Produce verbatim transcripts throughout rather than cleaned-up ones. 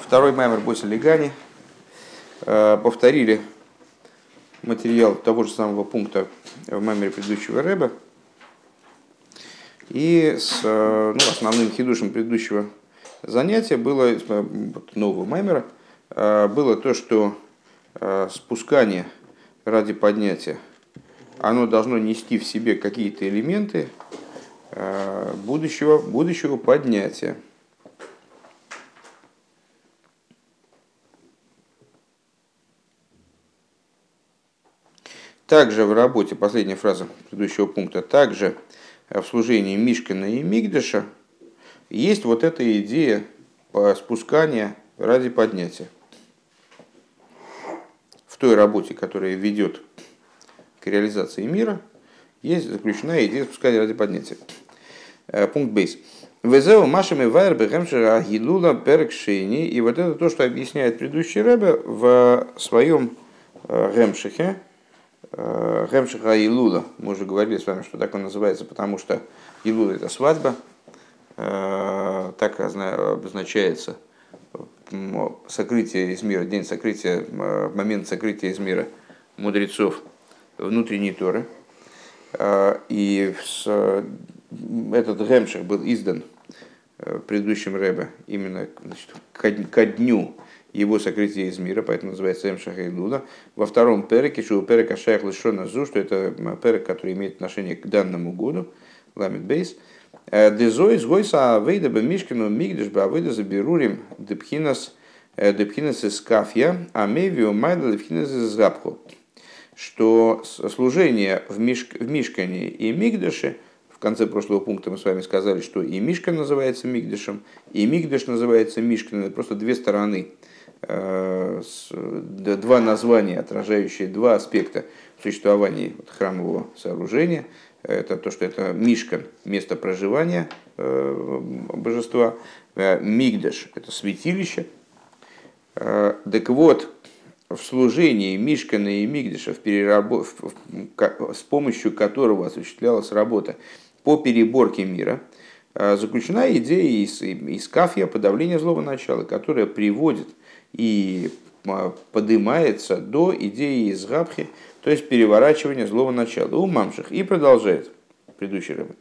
Второй маймер Боси Легани. Повторили материал того же самого пункта в маймере предыдущего рэба. И с ну, основным хидушем предыдущего занятия было, нового маймера, было то, что спускание ради поднятия, оно должно нести в себе какие-то элементы будущего, будущего поднятия. Также в работе, последняя фраза предыдущего пункта, также в служении Мишкана и Микдеша есть вот эта идея спускания ради поднятия. В той работе, которая ведет к реализации мира, есть заключена идея спускания ради поднятия. Пункт бейс. Везеу машами вайр бехемшера гилула перекшени. И вот это то, что объясняет предыдущий рэбе в своем гемшихе. Гемшиха Илула. Мы уже говорили с вами, что так он называется, потому что Илула — это свадьба. Так обозначается сокрытие из мира, день сокрытия, момент сокрытия из мира мудрецов внутренней Торы. И этот гемших был издан предыдущим рэбе именно, значит, ко дню его сокрытия из мира, поэтому называется Эмшаха Илула. Во втором переке, что у перека шайх лишона зу, что это перек, который имеет отношение к данному году, ламит бейс. Дезой сгойса авейда бы мишкину мигдеш бы авейда заберурим депхинас депхинас из кафья, а мевио майда депхинас из запху. Что служение в, мишк, в мишкане и мигдеше, в конце прошлого пункта мы с вами сказали, что и мишкан называется мигдешем, и мигдеш называется мишканом, это просто две стороны. Два названия, отражающие два аспекта существования храмового сооружения. Это то, что это мишкан, место проживания божества, мигдаш — это святилище. Так вот, в служении мишкана и мигдаша, в переработ... с помощью которого осуществлялась работа по переборке мира, заключена идея из, из кафья, подавления злого начала, которая приводит и поднимается до идеи из габхи, то есть переворачивания злого начала у мамших. И продолжает предыдущий рэбе.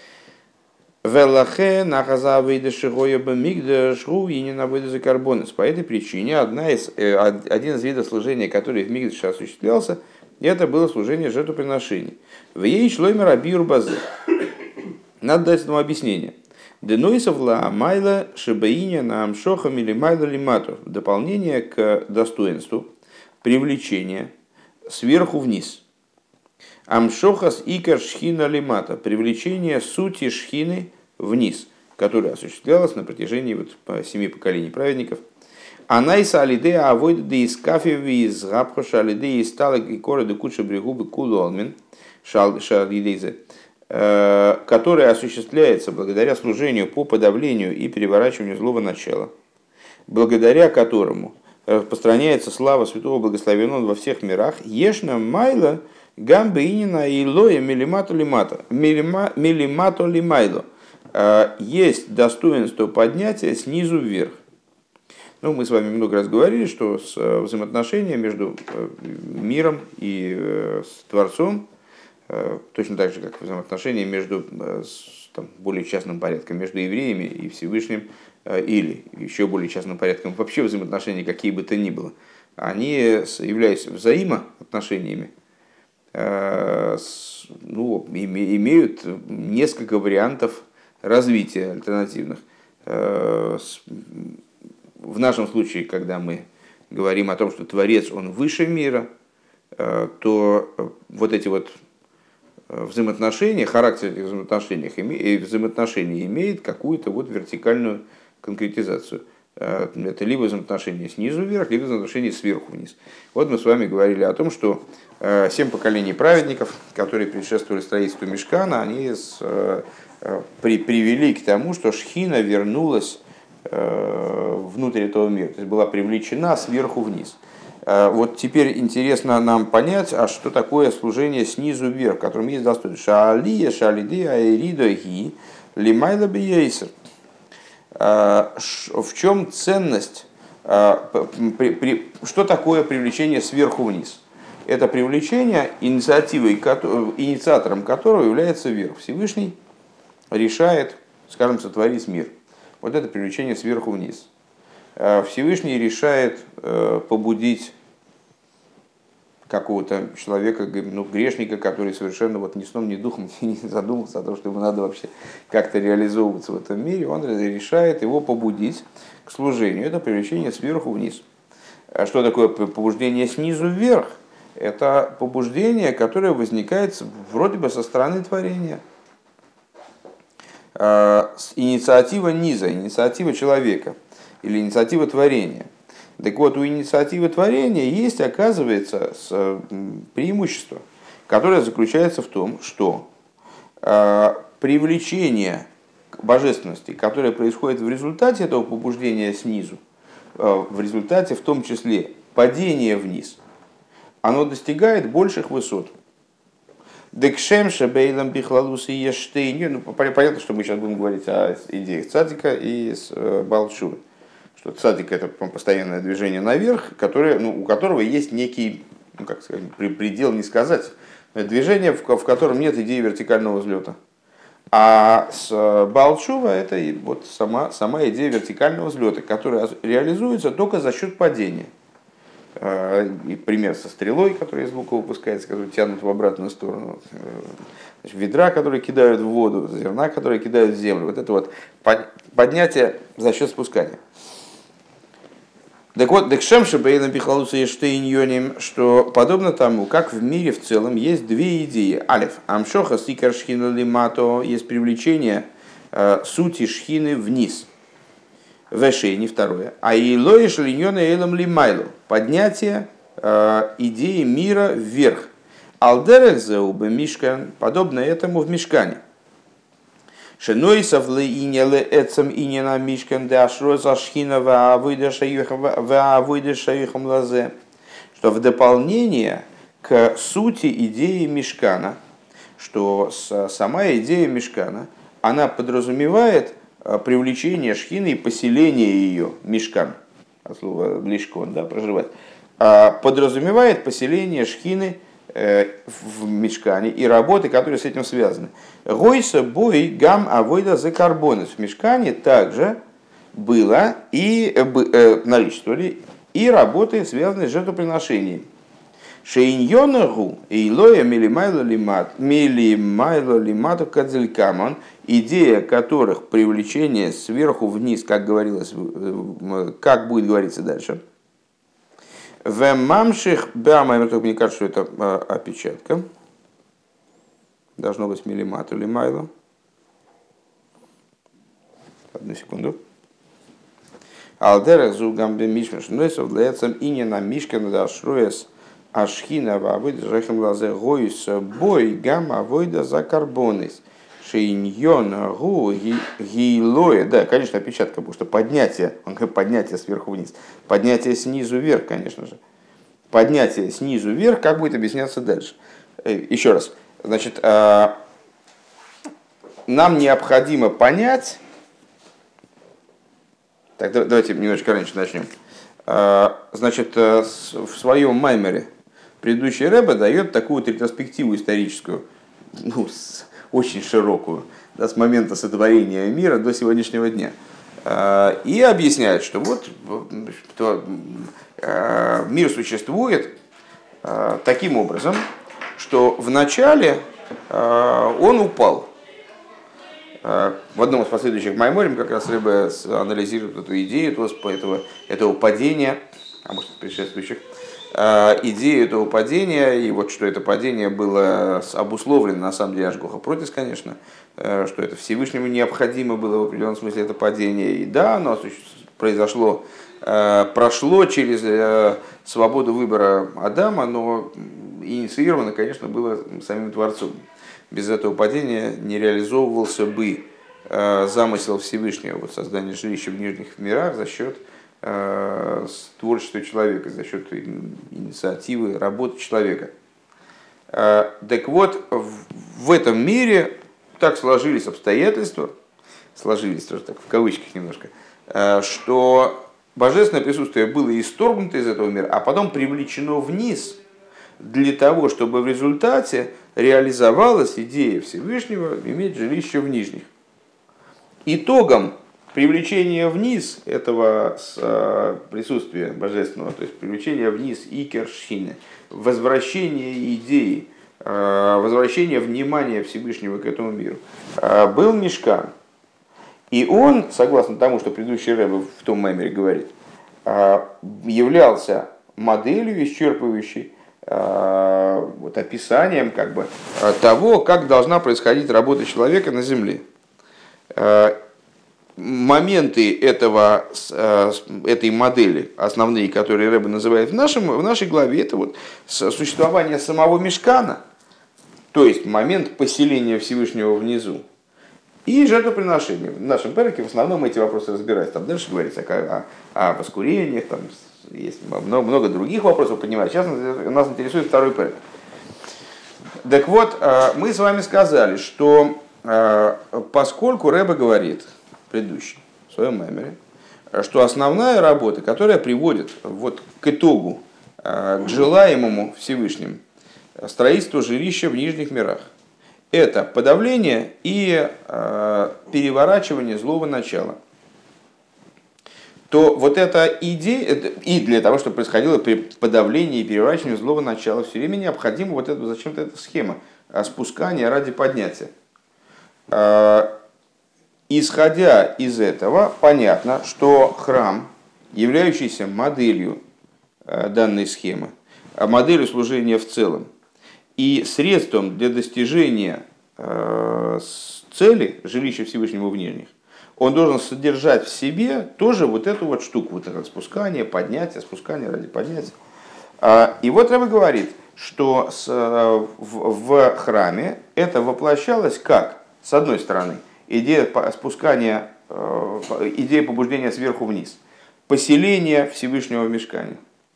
Велахе нахаза выйдешигоя бамигдаш руини на выйдезе карбонес. По этой причине одна из, один из видов служения, который в мигдаше осуществлялся, это было служение жертвоприношений. В ей шлоймер абиур базе. Надо дать этому объяснение. Денойсов ла майла шибаиня на амшохам или майла лимату. Дополнение к достоинству привлечения сверху вниз. Амшохас икар шхина лимата. Привлечение сути шхины вниз, которое осуществлялось на протяжении вот семи поколений праведников. Анайса алидея авойда де из кафеви из габхоша алидея из стала и кора де куча брегубы кулу алмин шалидейзе, которое осуществляется благодаря служению по подавлению и переворачиванию злого начала, благодаря которому распространяется слава святого благословенного во всех мирах. Ешна майла гамбеинина и лоя милимато лимато милимато лимайло. Есть достоинство поднятия снизу вверх. Ну, мы с вами много раз говорили, что взаимоотношения между миром и с Творцом, точно так же, как взаимоотношения между там, более частным порядком между евреями и Всевышним, или еще более частным порядком вообще взаимоотношения, какие бы то ни было, они являются взаимоотношениями, ну, имеют несколько вариантов развития альтернативных. В нашем случае, когда мы говорим о том, что Творец, он выше мира, то вот эти вот взаимоотношения, характер этих взаимоотношений, взаимоотношений имеет какую-то вот вертикальную конкретизацию. Это либо взаимоотношения снизу вверх, либо взаимоотношения сверху вниз. Вот мы с вами говорили о том, что семь поколений праведников, которые предшествовали строительству Мишкана, они с, при, привели к тому, что Шхина вернулась внутрь этого мира, то есть была привлечена сверху вниз. Вот теперь интересно нам понять, а что такое служение снизу вверх, в котором есть достоинство. Шаалия, шаалидея, аэридо, ги, лимайла бейсер. В чем ценность Что такое привлечение сверху вниз? Это привлечение, инициативой, инициатором которого является верх. Всевышний решает, скажем, сотворить мир. Вот это привлечение сверху вниз. Всевышний решает побудить какого-то человека, ну, грешника, который совершенно вот ни сном, ни духом не задумался о том, что ему надо вообще как-то реализовываться в этом мире, он решает его побудить к служению. Это привлечение сверху вниз. А что такое побуждение снизу вверх? Это побуждение, которое возникает вроде бы со стороны творения. Инициатива низа, инициатива человека или инициатива творения. Так вот, у инициативы творения есть, оказывается, преимущество, которое заключается в том, что привлечение к божественности, которое происходит в результате этого побуждения снизу, в результате в том числе падения вниз, оно достигает больших высот. Декшемша бейлам бихлалуса ештейню. Ну, понятно, что мы сейчас будем говорить о идеях цадика и Баал Тшувы. Что цадик — это постоянное движение наверх, которое, ну, у которого есть некий, ну, как сказать, предел не сказать, движение, в, в котором нет идеи вертикального взлета. А с Баал Тшува это вот сама, сама идея вертикального взлета, которая реализуется только за счет падения. И пример со стрелой, которая из лука выпускается, которую тянут в обратную сторону. Значит, ведра, которые кидают в воду, зерна, которые кидают в землю. Вот это вот поднятие за счет спускания. Так вот, декшемша бейна бихлалуса ештейньоним, что подобно тому, как в мире в целом есть две идеи. Алиф, амшоха сикар шхина лимато, есть привлечение э, сути шхины вниз. Вэшей, не второе. А илои шалиньона эйлам лимайлу, поднятие э, идеи мира вверх. Алдерех зеубе мишкан, подобно этому в мишкане. Шенойсов ле инеле эцем инена мишкан де ашроза шхина ваавойда шаюхам лазе. Что в дополнение к сути идеи мишкана, что сама идея мишкана, она подразумевает привлечение шхины и поселение ее, мишкан, от слова лишкон, да, проживать, подразумевает поселение шхины в мишкане и работы, которые с этим связаны. Гойса бой гам авойда за карбонес. В мишкане также было и э, наличествовали и работы, связанные с жертвоприношением. Шейньонагу и лоя милимайло лимат милимайло лимату кадзелькамон, идея которых привлечение сверху вниз, как говорилось, как будет говориться дальше. В мамших бама, мне кажется, что это опечатка. Должно быть милимату лимайло. Одну секунду. Алдера зугам бе мишмеш нойсов для этого ине на мишкана да шруес ашхина вавойда жахем лазе гойса бой гам авойда за карбонис. Шейньон гу гилоя. Да, конечно, опечатка, потому что поднятие, он говорит, поднятие сверху вниз. Поднятие снизу вверх, конечно же. Поднятие снизу вверх, как будет объясняться дальше. Еще раз. Значит, нам необходимо понять. Так, давайте немножко раньше начнем. Значит, в своем маймере предыдущий Ребе дает такую вот ретроспективу историческую, ну, очень широкую, да, с момента сотворения мира до сегодняшнего дня. И объясняет, что вот что мир существует таким образом, что вначале он упал. В одном из последующих майморим как раз Ребе анализирует эту идею этого, этого падения, а может предшествующих, идею этого падения, и вот что это падение было обусловлено, на самом деле, Ашгоха Протис, конечно, что это Всевышнему необходимо было в определенном смысле это падение, и да, оно произошло, прошло через свободу выбора Адама, но инициировано, конечно, было самим Творцом. Без этого падения не реализовывался бы замысел Всевышнего, вот создание жилища в нижних мирах за счет творчества человека, за счет инициативы, работы человека. Так вот, в этом мире так сложились обстоятельства, сложились тоже так в кавычках немножко, что божественное присутствие было исторгнуто из этого мира, а потом привлечено вниз для того, чтобы в результате реализовалась идея Всевышнего иметь жилище в нижних. Итогом привлечения вниз этого присутствия божественного, то есть привлечения вниз икер шхины, возвращение идеи, возвращение внимания Всевышнего к этому миру, был мишкан. И он, согласно тому, что предыдущий рэбе в том маймере говорит, являлся моделью, исчерпывающей вот, описанием как бы, того, как должна происходить работа человека на земле. Моменты этого, этой модели, основные, которые рэбе называет в, нашем, в нашей главе, это вот существование самого мишкана, то есть момент поселения Всевышнего внизу, и жертвоприношение. В нашем переке в основном эти вопросы разбираются. Там дальше говорится о, о, о воскурениях, там есть много, много других вопросов поднимать. Сейчас нас интересует второй перек. Так вот, мы с вами сказали, что поскольку рэбе говорит, предыдущий, в своем маймере, что основная работа, которая приводит вот к итогу, к желаемому Всевышним строительству жилища в нижних мирах, это подавление и э, переворачивание злого начала, то вот эта идея, это, и для того, чтобы происходило подавление и переворачивание злого начала, все время необходима вот это, зачем-то эта схема спускания ради поднятия. Э, исходя из этого, понятно, что храм, являющийся моделью э, данной схемы, моделью служения в целом, и средством для достижения э, цели жилища Всевышнего в нижних, он должен содержать в себе тоже вот эту вот штуку, вот это спускание, поднятие, спускание ради поднятия. А, и вот Рэбе говорит, что с, в, в храме это воплощалось как, с одной стороны, идея спускания, э, идея побуждения сверху вниз, поселение Всевышнего в мишкане,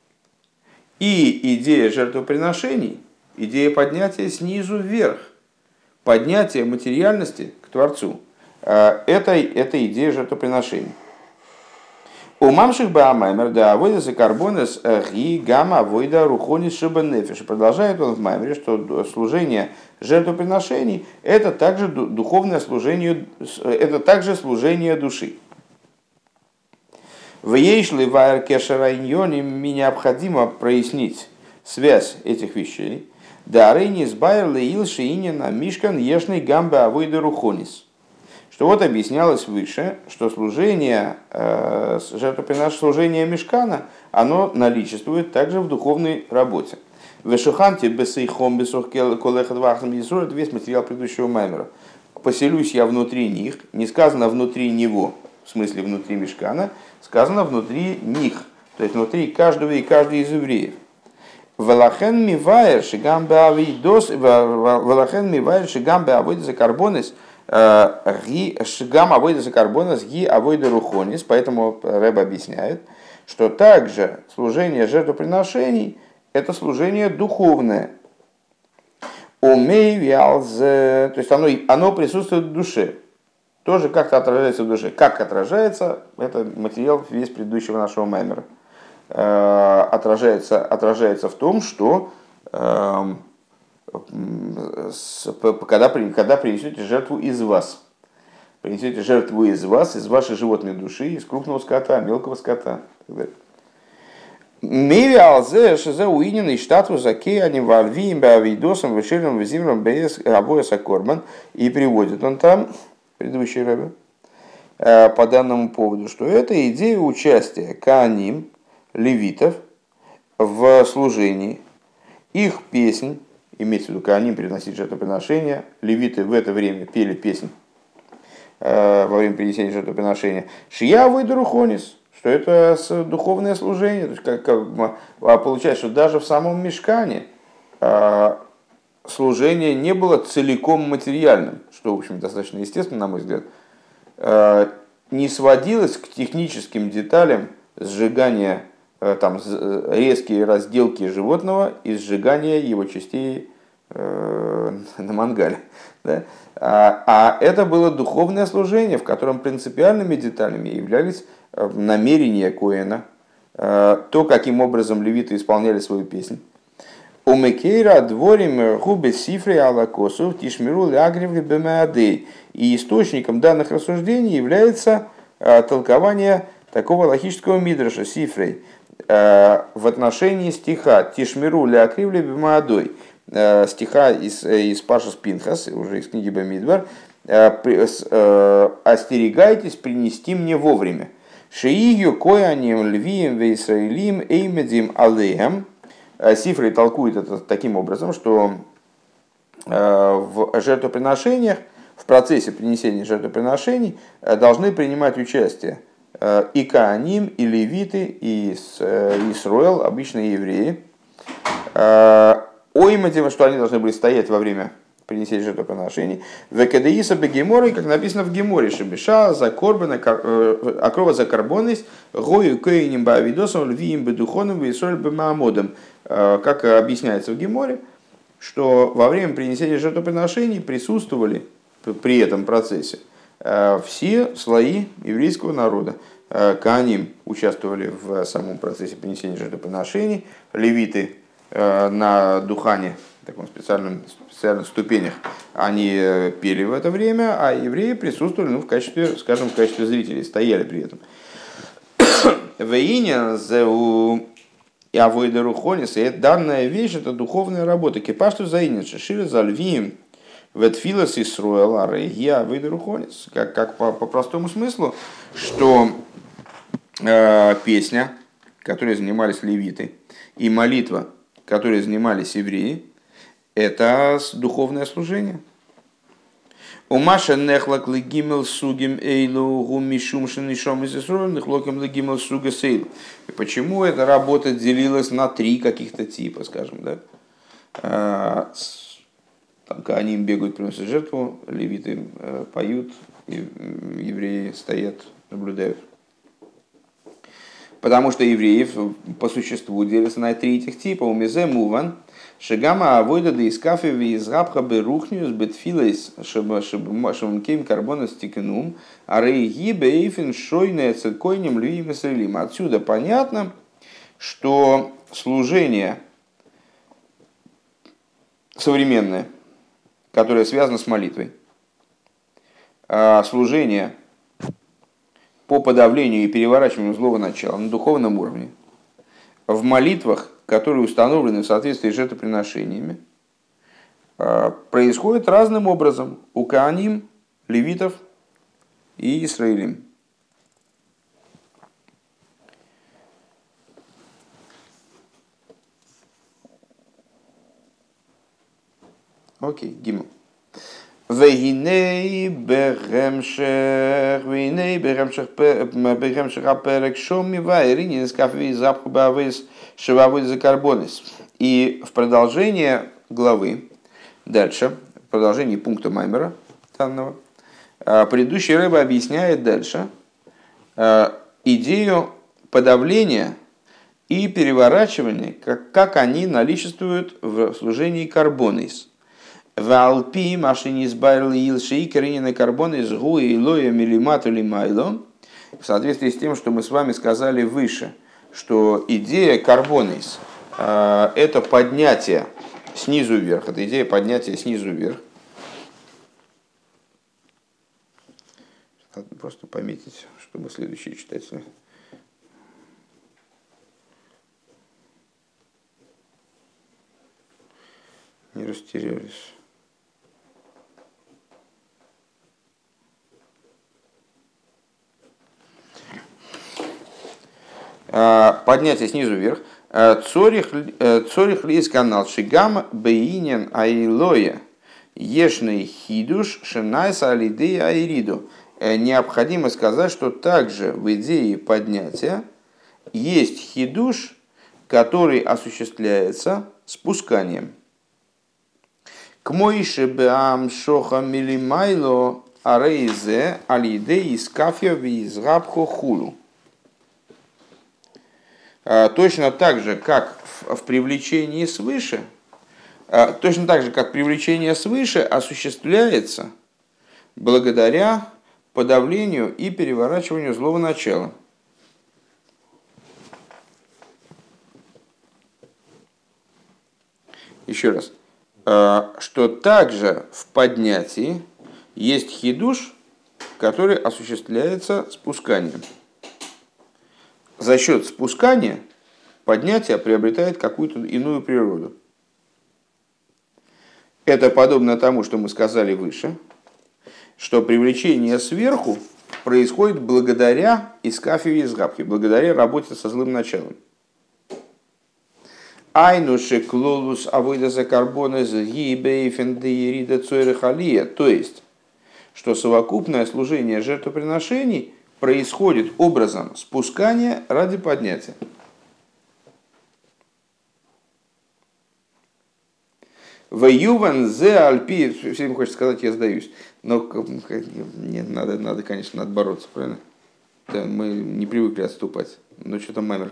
и идея жертвоприношений, идея поднятия снизу вверх, поднятие материальности к Творцу. Это, это идея жертвоприношений. У мамших баамаймер да авойда карбонес ги гамма авойда рухонис шибанефиш. Продолжает он в маймере, что служение жертвоприношений это также духовное служение, это также служение души. В ейшли вайр кешарайньоне необходимо прояснить связь этих вещей. Да, рейнис байр леил шиинина мишкан ешный гамбе авойда рухонис. Что вот объяснялось выше, что служение, э, жертвоприношение, служение мишкана, оно наличествует также в духовной работе. Вешуханти бесейхом бесух колехат вахам езур, это весь материал предыдущего маймера. Поселюсь я внутри них, не сказано внутри него, в смысле внутри мишкана, сказано внутри них, то есть внутри каждого и каждой из евреев. Валахен мивайр шигам беавидос, валахен мивайр шигам беавидос карбонес, ги шигам авойда карбонес ги авойда рухонис. Поэтому Рэб объясняет, что также служение жертвоприношений это служение духовное. Умей вялзе, то есть оно, оно присутствует в душе. Тоже как-то отражается в душе. Как отражается, это материал весь предыдущего нашего маймера. Отражается, отражается в том, что э, когда, когда принесете жертву из вас, принесете жертву из вас, из вашей животной души, из крупного скота, мелкого скота. Миви алзе шизе уинен штату заке они вальвием бавидосом вышерным визимом без обояса корбан, и приводит он там предыдущий рэбе по данному поводу, что это идея участия кааним, левитов в служении, их песнь, имеется в виду, кааним приносить жертвоприношения, левиты в это время пели песнь э, во время принесения жертвоприношения, шия выйдурухонис, что это духовное служение. То есть, как, как, получается, что даже в самом мишкане э, служение не было целиком материальным, что, в общем, достаточно естественно, на мой взгляд, э, не сводилось к техническим деталям сжигания, там, резкие разделки животного и сжигания его частей э, на мангале. Да? А, а это было духовное служение, в котором принципиальными деталями являлись намерения коэна, то, каким образом левиты исполняли свою песнь. У Мекейра дворим губы сифры алакосов тишмиру лягревли бемеадей. И источником данных рассуждений является толкование такого логического мидраша сифрей в отношении стиха Тишмиру лякривли бемеадой, стиха из, из Пашас Пинхас, уже из книги Бамидбар, остерегайтесь принести мне вовремя. Шиию кояним львием вейсраилим эймедим алеем. Сифры толкует это таким образом, что в жертвоприношениях, в процессе принесения жертвоприношений должны принимать участие и Кааним, и левиты, и Исроэл, обычные евреи. Оймадим, что они должны были стоять во время принесения жертвоприношений. Векадеиса бегеморой, как написано в Геморе, шебеша за корбана, акрова за карбонис, гою коиним баавидосом, львиим бедухоном, висоль бемаамодом. Как объясняется в Геморе, что во время принесения жертвоприношений присутствовали при этом процессе все слои еврейского народа. Коаним участвовали в самом процессе принесения жертвоприношений, левиты на духане, таком специальном, специальных ступенях, они пели в это время, а евреи присутствовали, ну, в качестве, скажем, в качестве зрителей, стояли при этом. Вейня зеу и авойдеру хонис, и данная вещь, это духовная работа. Кипашту заинен шишир за львием ветфилас и сроэлар и я авойдеру хонис. Как, как по, по простому смыслу, что э, песня, которой занимались левиты, и молитва, которой занимались евреи, это духовное служение. У Маша нехлак легимел сугим эйлу гумишум шинишом из Исроэль нехлоким легимел суга сейл. И почему эта работа делилась на три каких-то типа, скажем, да? А, там они им бегают, приносят жертву, левиты поют, и евреи стоят, наблюдают. Потому что евреев по существу делятся на три этих типа. У мизе муван шигама авойда да искафе визгабха берухниус бетфилейс шабамкейм карбона стикнум арейги бейфин шойне циркойнем львием исраилим. Отсюда понятно, что служение современное, которое связано с молитвой, служение по подавлению и переворачиванию злого начала на духовном уровне, в молитвах, которые установлены в соответствии с жертвоприношениями, происходит разным образом у Коаним, левитов и Исраилим. Окей, Гимл. Вегиней бегемшех, вегиней бегемшех бегемшех аперек шоми вайрини нескафи запах бавис шевавой за карбонис. И в продолжение главы, дальше, в продолжении пункта Маймера данного, предыдущий рэбе объясняет дальше идею подавления и переворачивания, как, как они наличествуют в служении карбонис. Валпи машини сбайрли илши каринина карбон из гуи и лоя милимату лимайло. В соответствии с тем, что мы с вами сказали выше, что идея карбонис – это поднятие снизу вверх, это идея поднятия снизу вверх. Надо просто пометить, чтобы следующие читатели не растерялись. Поднятие снизу вверх. Цорих лис канал шигам бейнин айлоя ешный хидуш шинайса алидей айриду. Необходимо сказать, что также в идее поднятия есть хидуш, который осуществляется спусканием. К моише беам шоха милимайло арейзе алидей из кафе визгабхо хулу. Точно так же, как в привлечении свыше, Точно так же, как привлечение свыше осуществляется благодаря подавлению и переворачиванию злого начала. Еще раз, что также в поднятии есть хидуш, который осуществляется спусканием. За счет спускания поднятие приобретает какую-то иную природу. Это подобно тому, что мы сказали выше, что привлечение сверху происходит благодаря искафию и изгабхи, благодаря работе со злым началом. Айнуше клолус авойда за карбона за гибейфендеирида цойрехалия. То есть, что совокупное служение жертвоприношений происходит образом спускания ради поднятия. В Юван зе альпи, все время хочется сказать, я сдаюсь, но мне надо, надо, конечно, надо бороться, правильно? Да, мы не привыкли отступать, но что-то мамер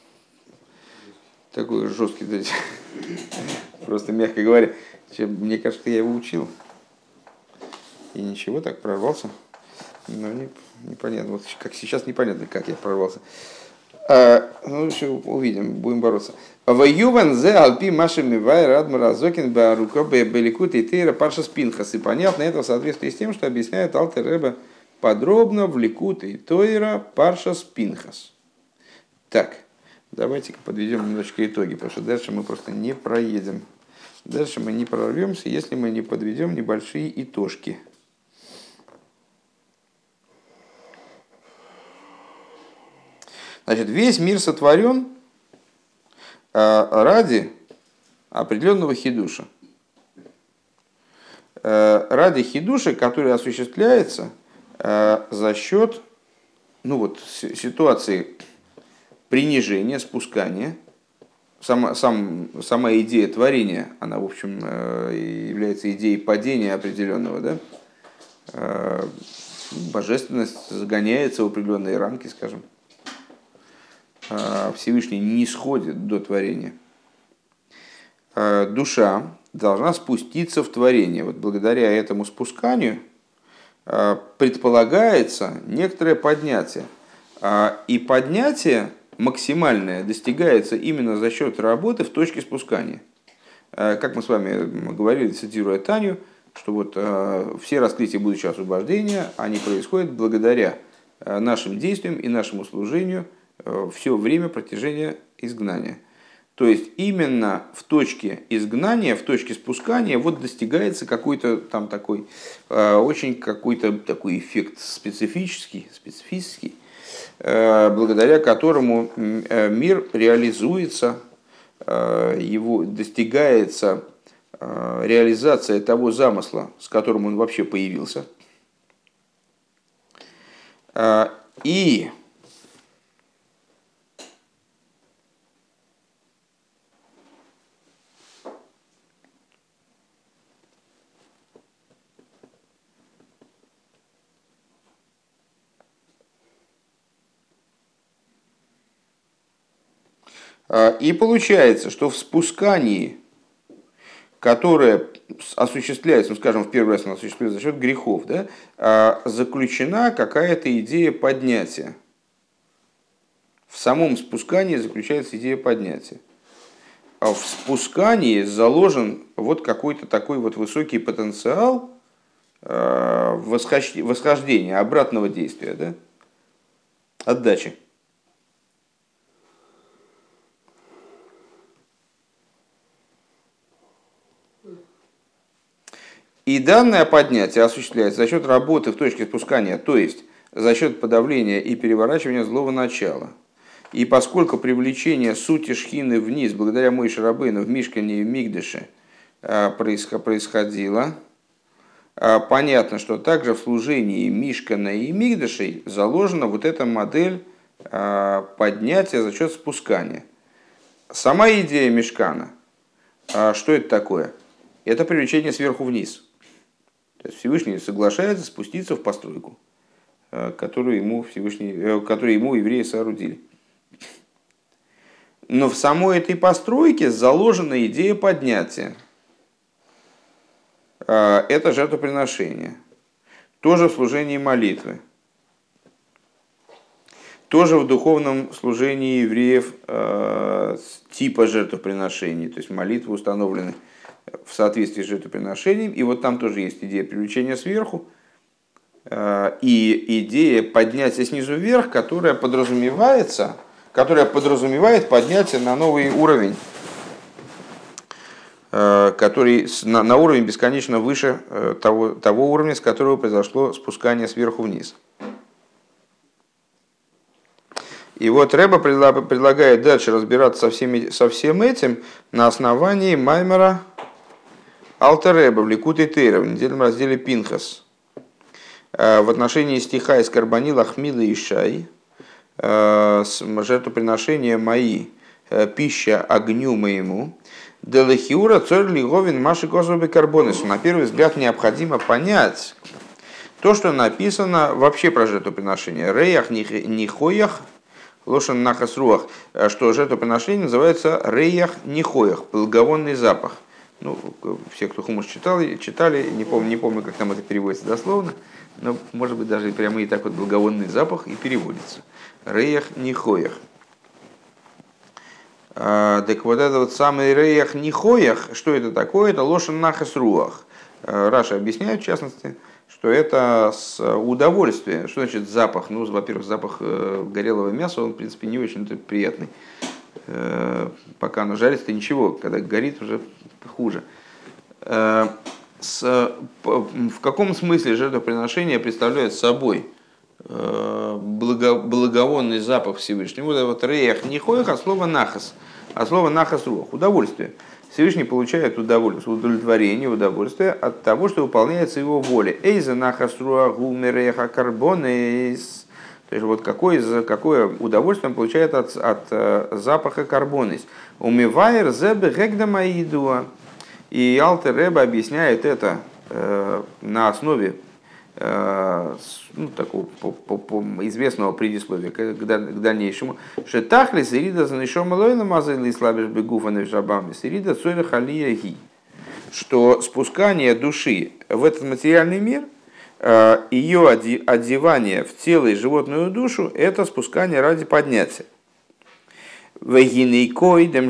такой жесткий, да, просто мягко говоря, мне кажется, я его учил, и ничего, так прорвался, но не, непонятно, вот как сейчас непонятно, как я прорвался. А, ну, еще увидим, будем бороться. Воюван зе алпи машами вайрад маразокин баруко беликут и тейра парша спинхас. И понятно это в соответствии с тем, что объясняет Алтер Ребе подробно в ликут и тойра парша спинхас. Так, давайте-ка подведем немножечко итоги, потому что дальше мы просто не проедем. Дальше мы не прорвемся, если мы не подведем небольшие итожки. Значит, весь мир сотворен ради определенного хидуша. Ради хидуша, который осуществляется за счет, ну вот, ситуации принижения, спускания. Сама, сам, сама идея творения, она, в общем, является идеей падения определенного, да? Божественность загоняется в определенные рамки, скажем. Всевышний не сходит до творения. Душа должна спуститься в творение. Вот благодаря этому спусканию предполагается некоторое поднятие. И поднятие максимальное достигается именно за счет работы в точке спускания. Как мы с вами говорили, цитируя Таню, что вот все раскрытия будущего освобождения, они происходят благодаря нашим действиям и нашему служению все время протяжения изгнания. То есть именно в точке изгнания, в точке спускания вот достигается какой-то там такой, очень какой-то такой эффект специфический, специфический, благодаря которому мир реализуется, его достигается реализация того замысла, с которым он вообще появился. И И получается, что в спускании, которое осуществляется, ну, скажем, в первый раз оно осуществляется за счет грехов, да, заключена какая-то идея поднятия. В самом спускании заключается идея поднятия. А в спускании заложен вот какой-то такой вот высокий потенциал восхождения, обратного действия, да, отдачи. И данное поднятие осуществляется за счет работы в точке спускания, то есть за счет подавления и переворачивания злого начала. И поскольку привлечение сути шхины вниз, благодаря Моше Рабейну в Мишкане и в Микдеше происходило, понятно, что также в служении Мишкана и Микдешей заложена вот эта модель поднятия за счет спускания. Сама идея Мишкана, что это такое? Это привлечение сверху вниз. То есть Всевышний соглашается спуститься в постройку, которую ему, Всевышний, которую ему евреи соорудили. Но в самой этой постройке заложена идея поднятия. это жертвоприношение. Тоже в служении молитвы. Тоже в духовном служении евреев типа жертвоприношений. То есть молитвы установлены в соответствии с жертвоприношением. И вот там тоже есть идея привлечения сверху. И идея поднятия снизу вверх, которая подразумевается, которая подразумевает поднятие на новый уровень, который на, на уровень бесконечно выше того, того уровня, с которого произошло спускание сверху вниз. И вот Рэба предлагает дальше разбираться со, всеми, со всем этим на основании Маймера Алтер Ребе в Ликутей Тейра в недельном разделе Пинхас. В отношении стиха из Карбанила Хмила и Шай, жертвоприношения мои, пища огню моему, Делахиура цорь лиговин маши козубы карбонесу. На первый взгляд необходимо понять то, что написано вообще про жертвоприношение. Реях нихоях, лошен нахас руах, что жертвоприношение называется реях нихоях, благовонный запах. Ну, все, кто хумус читали, читали, не помню, не помню, как там это переводится дословно, но, может быть, даже прямо и так вот благовонный запах и переводится. Реях нихоях. А, так вот это вот самый реях нихоях, что это такое? Это лошен нахас руах. Раша объясняет, в частности, что это с удовольствия. Что значит запах? Ну, во-первых, запах горелого мяса, он, в принципе, не очень приятный. Пока оно жарится, ничего, когда горит, уже хуже. С, в каком смысле жертвоприношение представляет собой благо, благовонный запах Всевышнего? Вот это вот реях нихоих от слова нахас, от слова нахас руах, удовольствие. Всевышний получает удовольствие, удовлетворение, удовольствие от того, что выполняется его воля. Эйза нахас руах гумереха карбонейс. То есть вот какое, какое удовольствие он получает от, от uh, запаха карбонис. Умивайр зебе гегдамаидуа. И Алтер Ребе объясняет это uh, на основе uh, ну, такого по, по, по известного предисловия к, к, к дальнейшему. Шетахли сирида занешом лойна мазали слабиш бегуфаны в жабами сирида цойра халия ги. Что спускание души в этот материальный мир, ее одевание в тело и животную душу, это спускание ради поднятия. И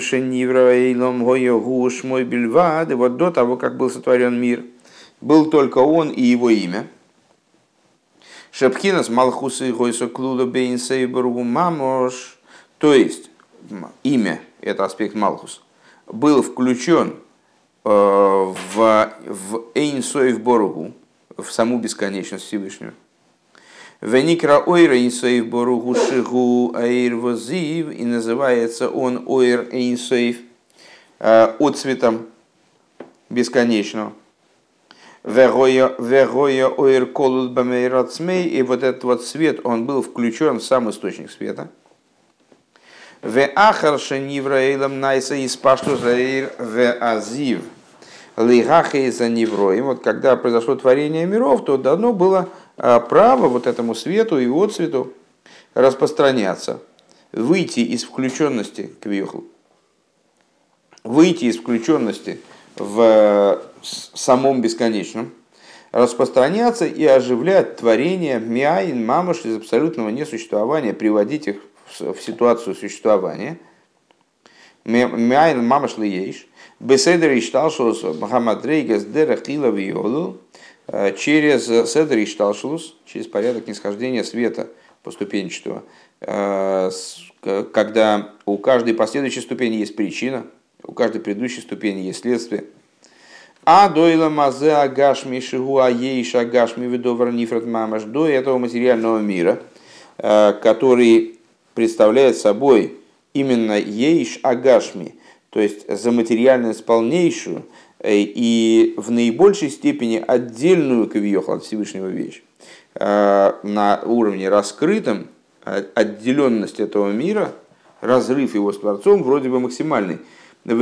вот до того, как был сотворен мир, был только он и его имя. Шепхинас малхусы гойсо клуда бейнсейбургу мамош. То есть имя, это аспект малхус, был включен в, в эйнсоев боругу, в саму бесконечность Всевышнего. Веникра ойр эйнсоев боругу шигу эйр возив, и называется он ойр эйнсоев, отцветом бесконечного. Вегоя ойр колут бамейрацмей, и вот этот вот свет, он был включен в сам источник света. Ве ахар шенивра эйлам найса из пашту заир ве азив. Лигахей за невроем. Вот когда произошло творение миров, то дано было право вот этому свету и отцвету распространяться, выйти из включенности к вьюхлу, выйти из включенности в самом бесконечном, распространяться и оживлять творение миаин мамаш из абсолютного несуществования, приводить их в ситуацию существования. Миаин мамаш лиеш. Беседер Ишталшус Мухаммад Рейгас Дерахила Виолу через Седер Ишталшус, через порядок нисхождения света поступенчатого, когда у каждой последующей ступени есть причина, у каждой предыдущей ступени есть следствие. А дойла мазе агашми шигуа ейш агашми ведовар нифрат мамаш, до этого материального мира, который представляет собой именно ейш агашми, то есть за материальность полнейшую и в наибольшей степени отдельную кавиоху от Всевышнего вещь, на уровне раскрытом, отделенность этого мира, разрыв его с Творцом вроде бы максимальный. Это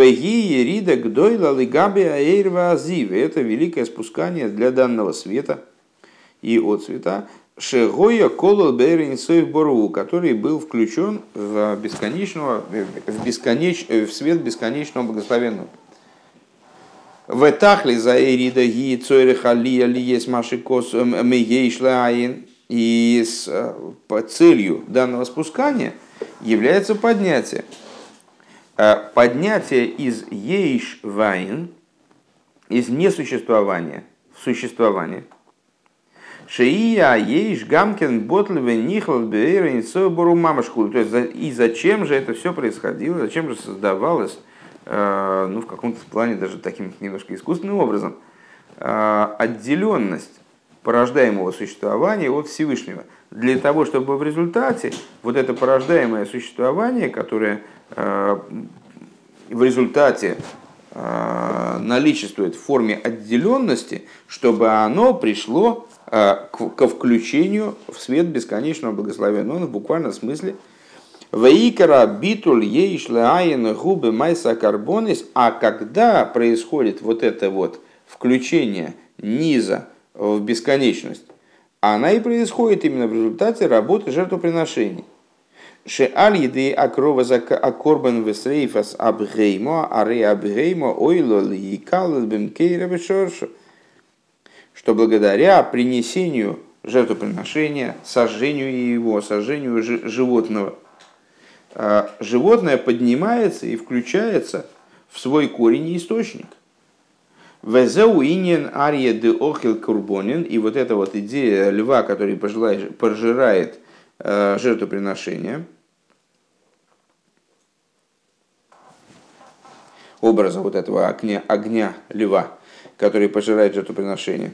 великое спускание для данного света и отцвета, Шегоя колол бейринсоев бору, который был включен в, бесконечного, в, бесконеч, в свет бесконечного благословенного. В тахли за эрида ги цойрехалия ли есть машикос мегейшлаин. И с по целью данного спускания является поднятие. Поднятие из ейш вайн, из несуществования в существование. Шеия ейш гамкин ботлеве нихлал бейрин собору мамашку. То есть и зачем же это все происходило, зачем же создавалось, ну в каком-то плане даже таким немножко искусственным образом, отделенность порождаемого существования от Всевышнего, для того, чтобы в результате вот это порождаемое существование, которое э, в результате э, наличествует в форме отделенности, чтобы оно пришло э, к, ко включению в свет бесконечного благословенного, в буквальном смысле. Ваикара битуль ейшлаайн губы майса карбонис, а когда происходит вот это вот включение низа в бесконечность, она и происходит именно в результате работы жертвоприношений. Шеаль еды акрова за акорбан весрейфас абгеймо, аре абгеймо ойлол и калбем кейрабешоршу, что благодаря принесению жертвоприношения, сожжению его, сожжению животного, животное поднимается и включается в свой корень и источник. Везеуинен арье де охил курбонин, и вот эта вот идея льва, который пожелает, пожирает э, жертвоприношение, образа вот этого огня, огня льва, который пожирает жертвоприношение.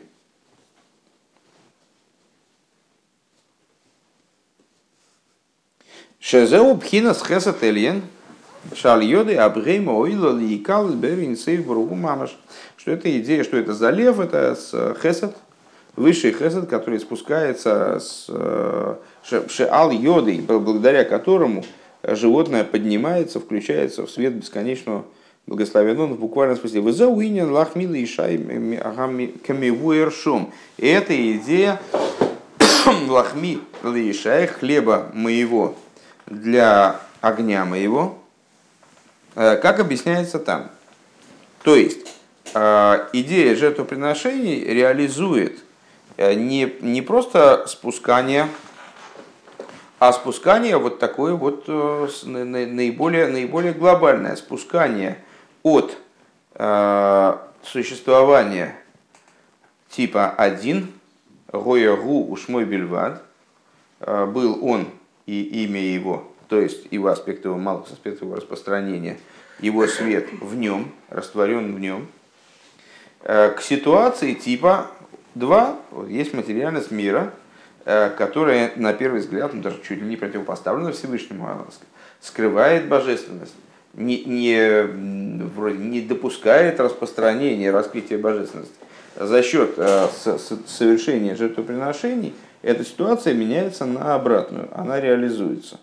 Шезеу пхинас хесат эльен, шальёды абгейма ойлол и кал берин сейв бругу мамаш. Что это идея, что это за лев, это с хесед, высший хесед, который спускается с шеал йодой, благодаря которому животное поднимается, включается в свет бесконечного благословенного, в буквальном смысле. Вызауинен лахмилы и шай камивуэршум. И эта идея лахми лишай, хлеба моего для огня моего, как объясняется там. То есть идея жертвоприношений реализует не, не просто спускание, а спускание вот такое вот наиболее, наиболее глобальное, спускание от э, существования типа один, гоя гу ушмой бельвад, был он и имя его, то есть его аспект его малых аспектов его распространения, его свет в нем, растворен в нем, к ситуации типа два, вот есть материальность мира, которая на первый взгляд, ну, даже чуть ли не противопоставлена Всевышнему, она скрывает божественность, не, не, вроде не допускает распространения, раскрытия божественности. За счет э, с, с, совершения жертвоприношений эта ситуация меняется на обратную, она реализуется.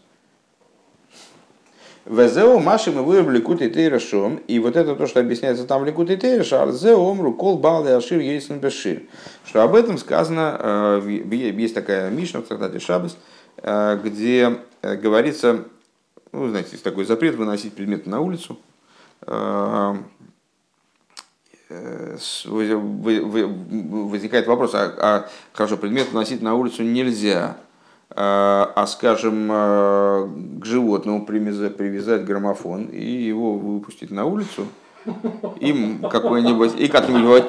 Везео маши мы вырвали кут и тейрашом, и вот это то, что объясняется там в ликут и тейраша, зео омру кол бал и ашир ейсен бешир, что об этом сказано, есть такая мишна в трактате Шаббос, где говорится, ну, знаете, есть такой запрет выносить предметы на улицу. Возникает вопрос, а, а хорошо, предмет выносить на улицу нельзя, а, скажем, к животному привязать граммофон и его выпустить на улицу, им какой-нибудь, и как-нибудь,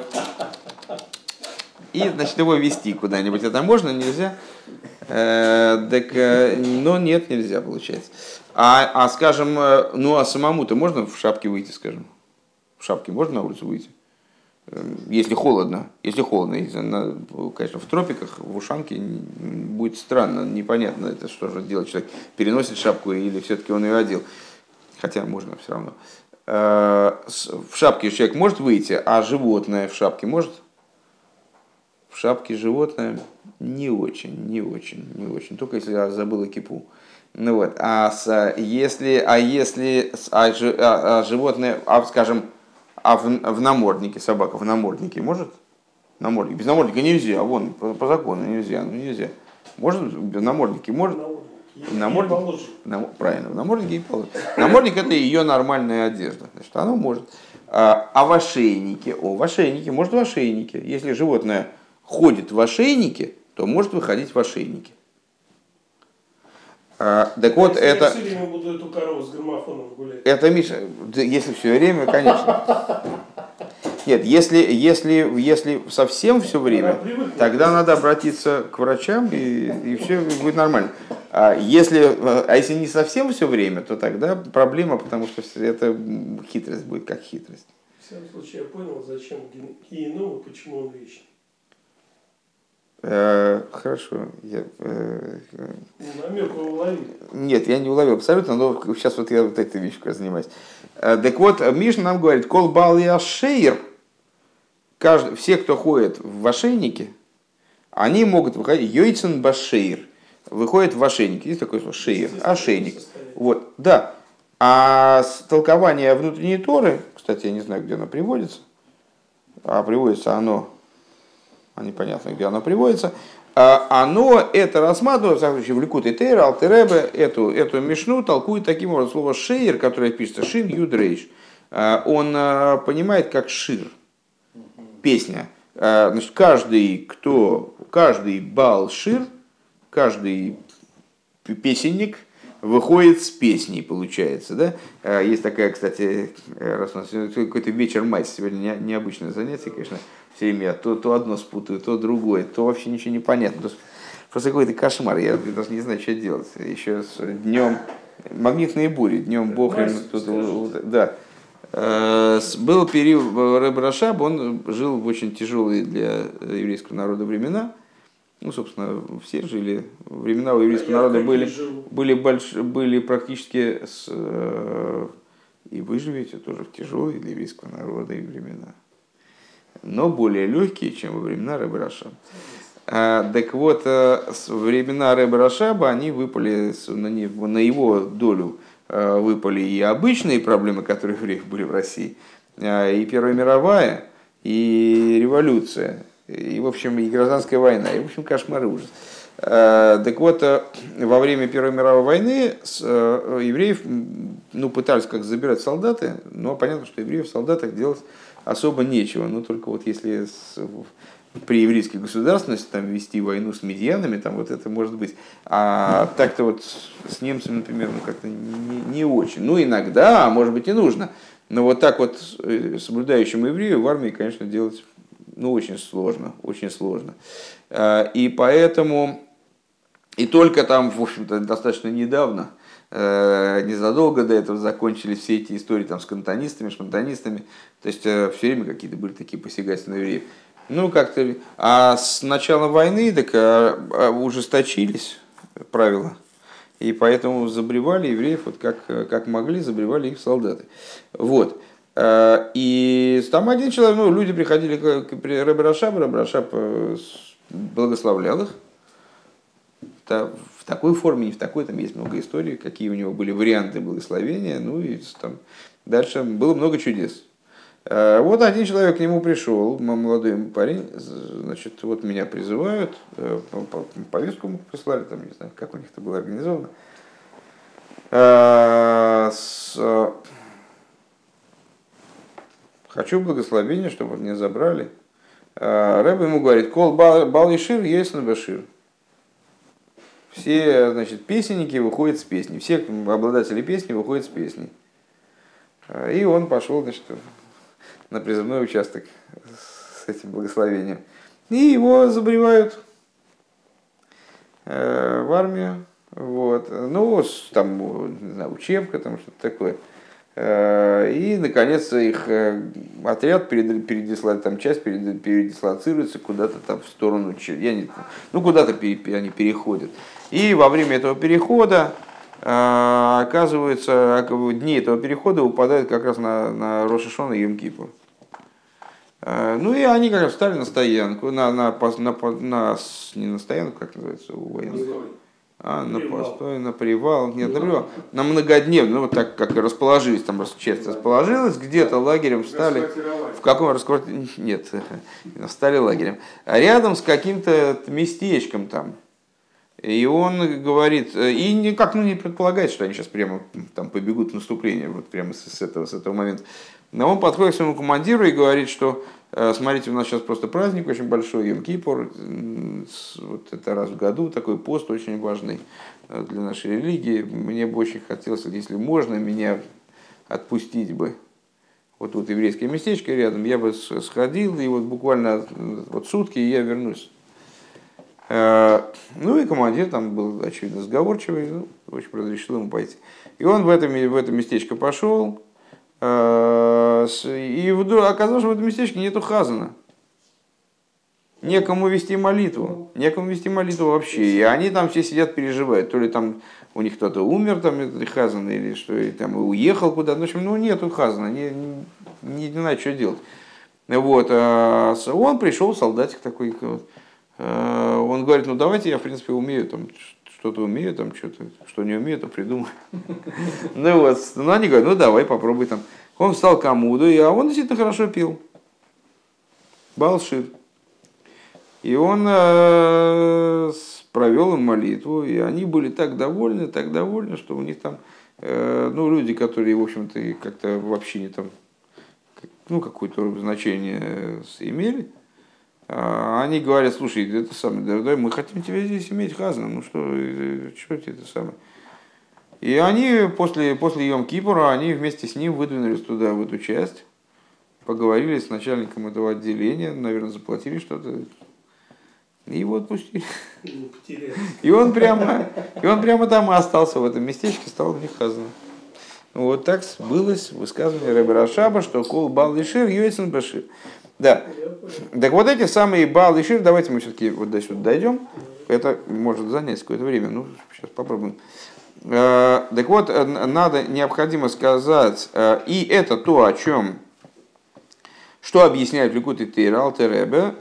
и, значит, его везти куда-нибудь. Это можно, нельзя? Э, так, но нет, нельзя, получается. А, а скажем, ну а самому-то можно в шапке выйти, скажем? В шапке можно на улицу выйти? Если холодно, если холодно, конечно, в тропиках, в ушанке будет странно, непонятно, это что же делать, человек переносит шапку или все-таки он ее одел, хотя можно все равно. В шапке человек может выйти, а животное в шапке может? В шапке животное не очень, не очень, не очень, только если я забыла кипу. Ну вот, а с, если, а если, а, а, а животное, а, скажем, а в, в наморднике, собака в наморднике может? Намордник. Без намордника нельзя, вон, по, по закону нельзя, ну нельзя. Может, без намордники может? Намордник, нам, правильно, в наморднике и положено. Намордник — это ее нормальная одежда, значит, она может. А, а в ошейнике? О, в ошейнике, может в ошейнике. Если животное ходит в ошейнике, то может выходить в ошейнике. А, так вот, если это... Я все время буду эту корову с граммофоном гулять. Это, Миша, если все время, конечно. Нет, если, если, если совсем все время, тогда надо обратиться к врачам, и, и все будет нормально. А если, а если не совсем все время, то тогда проблема, потому что это хитрость будет как хитрость. В всяком случае, я понял, зачем геном и почему он вечный. Хорошо. Я, э, намек вы уловили? Нет, я не уловил абсолютно, но сейчас вот я вот этой вещью как раз занимаюсь. Так вот, Мишна нам говорит, кол бал я шейр, все, кто ходит в ошейнике, они могут выходить, йойцен башейр, выходит в ошейнике. Есть такое слово шейр, ошейник. Вот, да. А толкование внутренней Торы, кстати, я не знаю, где оно приводится, а приводится оно, а непонятно, где оно приводится, оно это рассматривается, в Ликут и Тейра, Алтеребе, эту, эту мишну толкует таким образом, слово шейр, которое пишется шин, юд, рейш, он понимает как шир, песня. Значит, каждый, кто, каждый бал шир, каждый песенник выходит с песней, получается, да? Есть такая, кстати, раз у нас какой-то вечер майс, сегодня необычное занятие, конечно, все время я то, то одно спутаю, то другое, то вообще ничего не понятно. Просто какой-то кошмар, я даже не знаю, что делать. Еще с днем магнитные бури, днем Бог, да. Был период, Ребе Рашаб, он жил в очень тяжелые для еврейского народа времена. Ну, собственно, все жили. Времена у еврейского народа были, были, больш, были практически с, и вы живете тоже в тяжелые для еврейского народа и времена. Но более легкие, чем во времена Ребе Рашаба. Так вот, времена Ребе Рашаба, они выпали на, него, на его долю. Выпали и обычные проблемы, которые у евреев были в России, и Первая мировая, и революция, и, в общем, и гражданская война, и, в общем, кошмар и ужас. Так вот, во время Первой мировой войны с евреев ну, пытались как забирать солдаты, но понятно, что евреев в солдатах делать особо нечего, но только вот если с, при еврейской государственности там, вести войну с медьянами, там вот это может быть. А так-то вот с немцами, например, ну, как-то не, не очень. Ну, иногда, а может быть и нужно. Но вот так вот соблюдающему еврею в армии, конечно, делать ну, очень сложно, очень сложно. И поэтому, и только там, в общем-то, достаточно недавно, незадолго до этого закончились все эти истории там, с кантонистами, шмантонистами. То есть все время какие-то были такие посягательства на евреев. Ну, как-то, а с начала войны так ужесточились правила, и поэтому забревали евреев, вот как, как могли, забревали их в солдаты. Вот. И там один человек, ну, люди приходили к Ребе Рашабу, Ребе Рашаб благословлял их. В такой форме, не в такой, там есть много историй, какие у него были варианты благословения, ну и там дальше было много чудес. Вот один человек к нему пришел, молодой парень, значит, вот меня призывают, повестку ему прислали, там, не знаю, как у них это было организовано. Хочу благословения, чтобы меня забрали. Рэбе ему говорит, кол бал и шир, есть на башир. Все, значит, песенники выходят с песни, все обладатели песни выходят с песни. И он пошел, значит, на призывной участок с этим благословением. И его забревают в армию. Вот. Ну, там, не знаю, учебка, там что-то такое. И, наконец, их отряд передисло, там часть передислоцируется куда-то там в сторону, я не, ну, куда-то они переходят. И во время этого перехода, оказывается, дни этого перехода упадают как раз на, на Рош ха-Шана и Йом-Кипур. Ну и они как раз встали на стоянку, на, на, на, на, не на стоянку, как называется у военных? А, на постой, на привал, нет, на привал, на многодневный, ну вот так как расположились, там часть расположилась, где-то лагерем встали, в каком расквартире, нет, встали лагерем, рядом с каким-то местечком там, И он говорит, и никак ну, не предполагает, что они сейчас прямо там побегут в наступление, вот прямо с этого, с этого момента. Но он подходит к своему командиру и говорит, что смотрите, у нас сейчас просто праздник очень большой, Йом-Кипур, вот это раз в году, такой пост очень важный для нашей религии. Мне бы очень хотелось, если можно, меня отпустить бы. Вот тут еврейское местечко рядом, я бы сходил, и вот буквально вот сутки, и я вернусь. Ну и командир там был, очевидно, сговорчивый, ну, в общем, разрешил ему пойти. И он в это, в это местечко пошел, и вдруг оказалось, что в этом местечке нету хазана. Некому вести молитву, некому вести молитву вообще. И они там все сидят, переживают. То ли там у них кто-то умер, там, этот хазан, или что, и там уехал куда-то. В общем, ну нету хазана, не, не, не знаю, что делать. Вот. А он пришел, солдатик такой. Он говорит, ну давайте я, в принципе, умею, там, что-то умею, там, что-то, что не умею, то придумаю. Ну вот, ну они говорят, ну давай, попробуй там. Он встал к Амуду, а он действительно хорошо пил. Баал-Шир. И он э, провел им молитву, и они были так довольны, так довольны, что у них там, э, ну, люди, которые, в общем-то, как-то вообще не там, ну, какое-то значение имели, э, они говорят, слушай, это самое, дорогой, мы хотим тебя здесь иметь хазана, ну что, что это самое. И они после, после Йом-Кипура, они вместе с ним выдвинулись туда, в эту часть, поговорили с начальником этого отделения, наверное, заплатили что-то, и его отпустили. И он прямо, и он прямо там и остался в этом местечке, стал в них хазаном. Вот так сбылось высказывание Ребе Рашаба, что кол бал лишир, юэцен башир. Да. Так вот эти самые бал лишир, давайте мы все-таки вот до сюда дойдем. Это может занять какое-то время. Ну, сейчас попробуем. Так вот, надо, необходимо сказать, и это то, о чем, что объясняет Ликутей Тейра Алтер Ребе,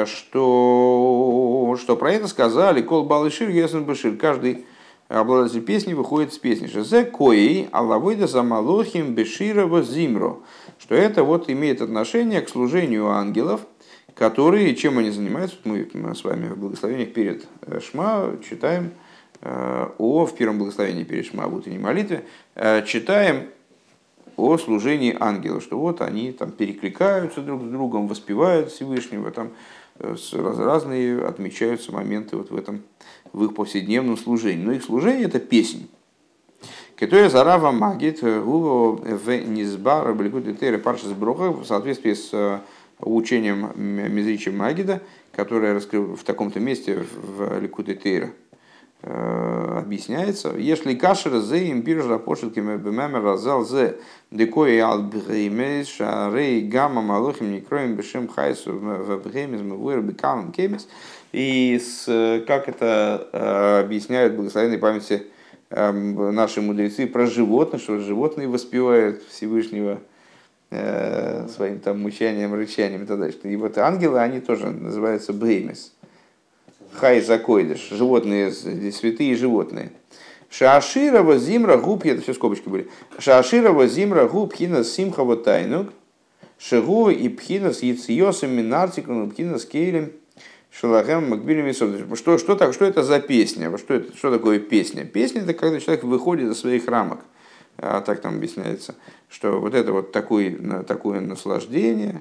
что, что про это сказали кол бал лишир, юэцен башир. Каждый обладатель песни выходит с песни. Зе кои аллавойда замалохим беширова зимро. Что это вот имеет отношение к служению ангелов, которые, чем они занимаются. Мы с вами в благословениях перед Шма читаем о, в первом благословении перед Шма, в утренней молитве, читаем о служении ангелов, что вот они там перекликаются друг с другом, воспевают Всевышнего, там разные отмечаются моменты вот в этом, в их повседневном служении. Но их служение — это песнь. Которая зарава магит гуво в низбар бликут литеры паршас броха в соответствии с учением Мизрича Магида, которое раскрыл в таком-то месте в Ликутей Тейра, объясняется. Если кашер зе импир рапошитками бемемер разал зе декои албгеймес шарей гамма малохим некроем бешем хайсу в бгеймес мвуэр бекамом кемес. И с, как это объясняют в благословенной памяти наши мудрецы про животных, что животные воспевают Всевышнего э, своим там мучанием, рычанием и так далее. И вот ангелы, они тоже называются беймес. Хай закойдыш, животные, святые животные. Шааширова зимра губ, это все скобочки были. Шааширова зимра губ пхинас симхава тайнук, шегу и пхинас яциосом минартиком, пхинас кейлем. Шалахем Макбилем и что, что, так, что это за песня? Что, это, что такое песня? Песня — это когда человек выходит из своих рамок. А так там объясняется, что вот это вот такое, такое наслаждение,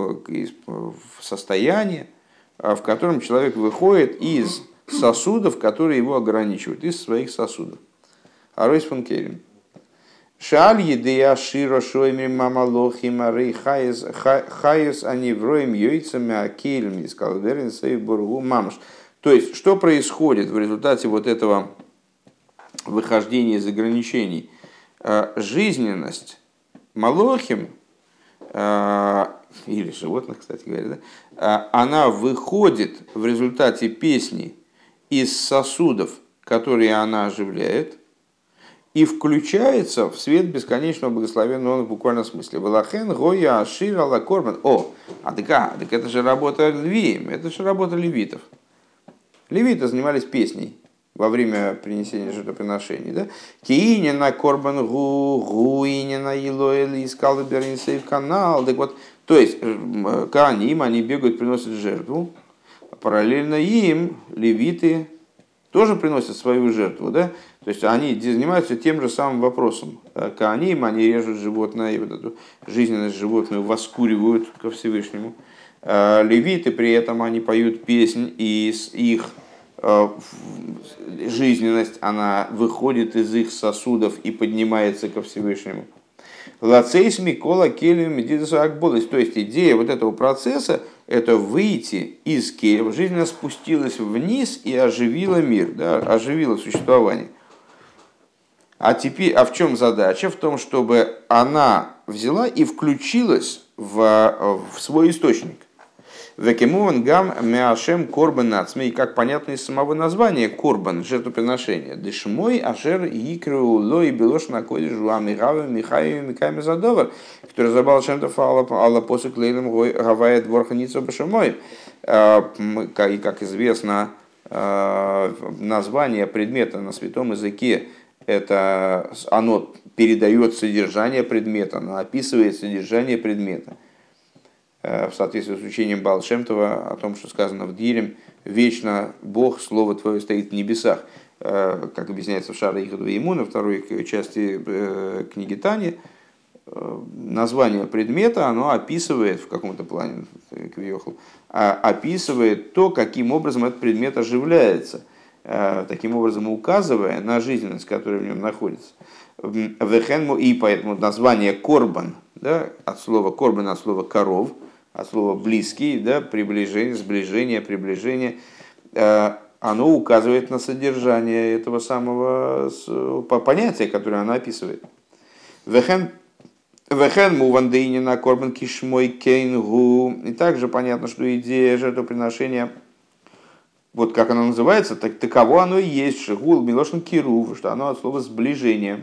состояние, в котором человек выходит из сосудов, которые его ограничивают, из своих сосудов. Аройс фон Керин. Шаль едея широ шойми мамалохи мары хайес они вроем йойцами акельми скалверин сей бургу мамш. То есть, что происходит в результате вот этого выхождения из ограничений? Жизненность малохим, или животных, кстати говоря, да, она выходит в результате песни из сосудов, которые она оживляет, и включается в свет бесконечного благословенного в буквальном смысле. Валахен гоя ашира ла корбан. О, а так, а, так это же работа левиим, это же работа левитов. Левиты занимались песней во время принесения жертвоприношений. Да? Киинина корбан гу, гуинина илоэли искал беринсейв канал. Так вот, то есть, каним, они бегают, приносят жертву. Параллельно им левиты тоже приносят свою жертву, да? То есть они занимаются тем же самым вопросом. Кааним, они режут животное, и вот эту жизненность животную воскуривают ко Всевышнему. Левиты при этом они поют песнь, и их жизненность, она выходит из их сосудов и поднимается ко Всевышнему. Лацейс Микола Келем Медидаса Акболес. То есть идея вот этого процесса — это выйти из Келем. Жизнь она спустилась вниз и оживила мир, да, оживила существование. А теперь, а в чем задача? В том, чтобы она взяла и включилась в, в свой источник. Векемуван гам мяшем корбан нацми, и как понятно из самого названия корбан, жертвоприношение. Дешмой ашер икру лой белош на коде жуами гавы михаи миками задовар, который забал чем-то алла посук лейлем гавая дворханицу башемой. И как известно, название предмета на святом языке, это оно передает содержание предмета, оно описывает содержание предмета. В соответствии с учением Баал Шем Това о том, что сказано в Дирем: «Вечно Бог, Слово Твое стоит в небесах», как объясняется в Шара Иходу и Имуна, второй части книги Тани. Название предмета, оно описывает в каком-то плане, описывает то, каким образом этот предмет оживляется, таким образом указывая на жизненность, которая в нем находится. И поэтому название корбан, да, от слова корбан, от слова коров, от слова близкий, да, приближение, сближение, приближение, оно указывает на содержание этого самого понятия, которое оно описывает. Вехен мувандейнина корбан кишмой кейнгу. И также понятно, что идея жертвоприношения, вот как оно называется, так таково оно и есть. Шигул милошин кирув, что оно от слова сближение.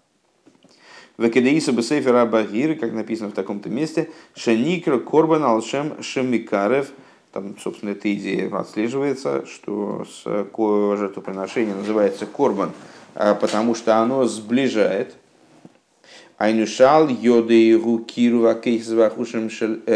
Векедеиса бесейфера багир, как написано в таком-то месте, шеникр корбан алшем шемикарев. Там, собственно, эта идея отслеживается, что жертвоприношение называется корбан, потому что оно сближает. Айнушал йоды гукиру акейсвахушем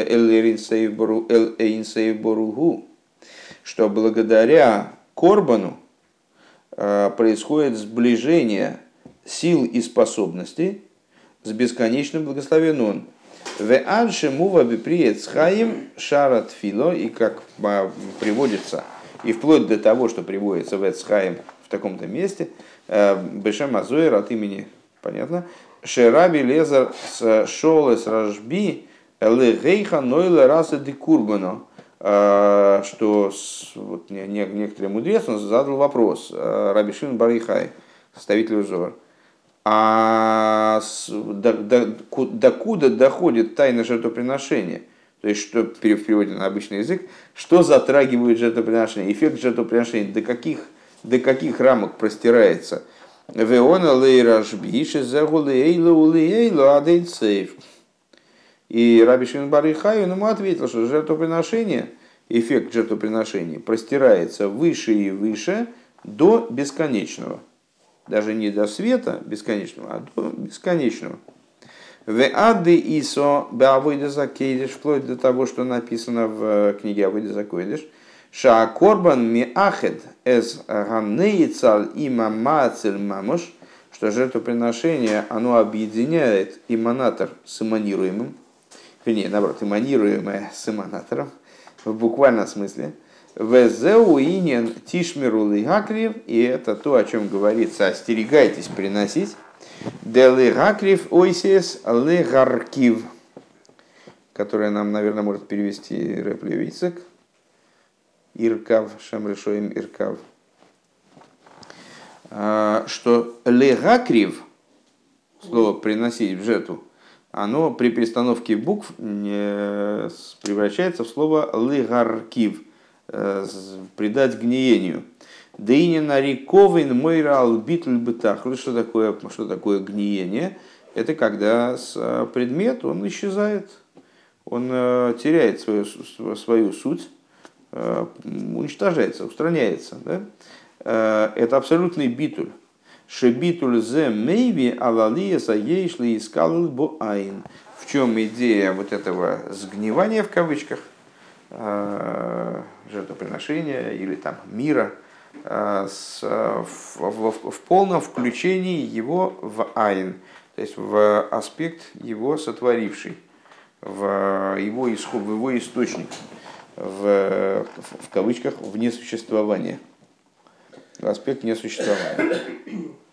элэйнсейвборугу, что благодаря корбану происходит сближение сил и способностей с бесконечным благословен он. В анше мува биприет схаим шарат фило, и как приводится, и вплоть до того, что приводится в Эцхаим в таком-то месте, Бешем Азоэр от имени, понятно, Шераби Лезар с Шолес Рашби Элегейха Нойле Раса Декурбано, что вот, некоторый мудрец он задал вопрос Раби Шимон бар Йохай, составителю Зоар. А до, до, докуда доходит тайна жертвоприношения? То есть, что в переводе на обычный язык, что затрагивает жертвоприношение, эффект жертвоприношения, до каких, до каких рамок простирается? И Раби Шимон бар Йохай ему ответил, что жертвоприношение, эффект жертвоприношения простирается выше и выше до бесконечного. Даже не до света бесконечного, а до бесконечного. В ады исо беавойда закейдиш, вплоть до того, что написано в книге Авойда закейдиш, ша корбан миахед эс ганнеицал има мацель мамош, что жертвоприношение, оно объединяет иманатор с эманируемым, вернее, наоборот, эманируемое с эманатором, в буквальном смысле. Везеу инин тишмиру лигакрив, и это то, о чем говорится: остерегайтесь приносить. Де лигакрив ойсес лигаркив, которое нам, наверное, может перевести Реб Левицек. Иркав, шамрешоим иркав. Что лигакрив, слово приносить в жертву, оно при перестановке букв превращается в слово лигаркив, придать гниению. Дейнина риковин мойра албитль бытах. Что такое, что такое гниение? Это когда предмет, он исчезает, он теряет свою, свою суть, уничтожается, устраняется. Да? Это абсолютный битуль. Шебитуль зе мейви алалия саейшли искал боайн. В чем идея вот этого сгнивания в кавычках, жертвоприношения или там мира, с, в, в, в полном включении его в айн, то есть в аспект его сотворивший, в его исход, в его источник, в, в кавычках, в несуществование, в аспект несуществования.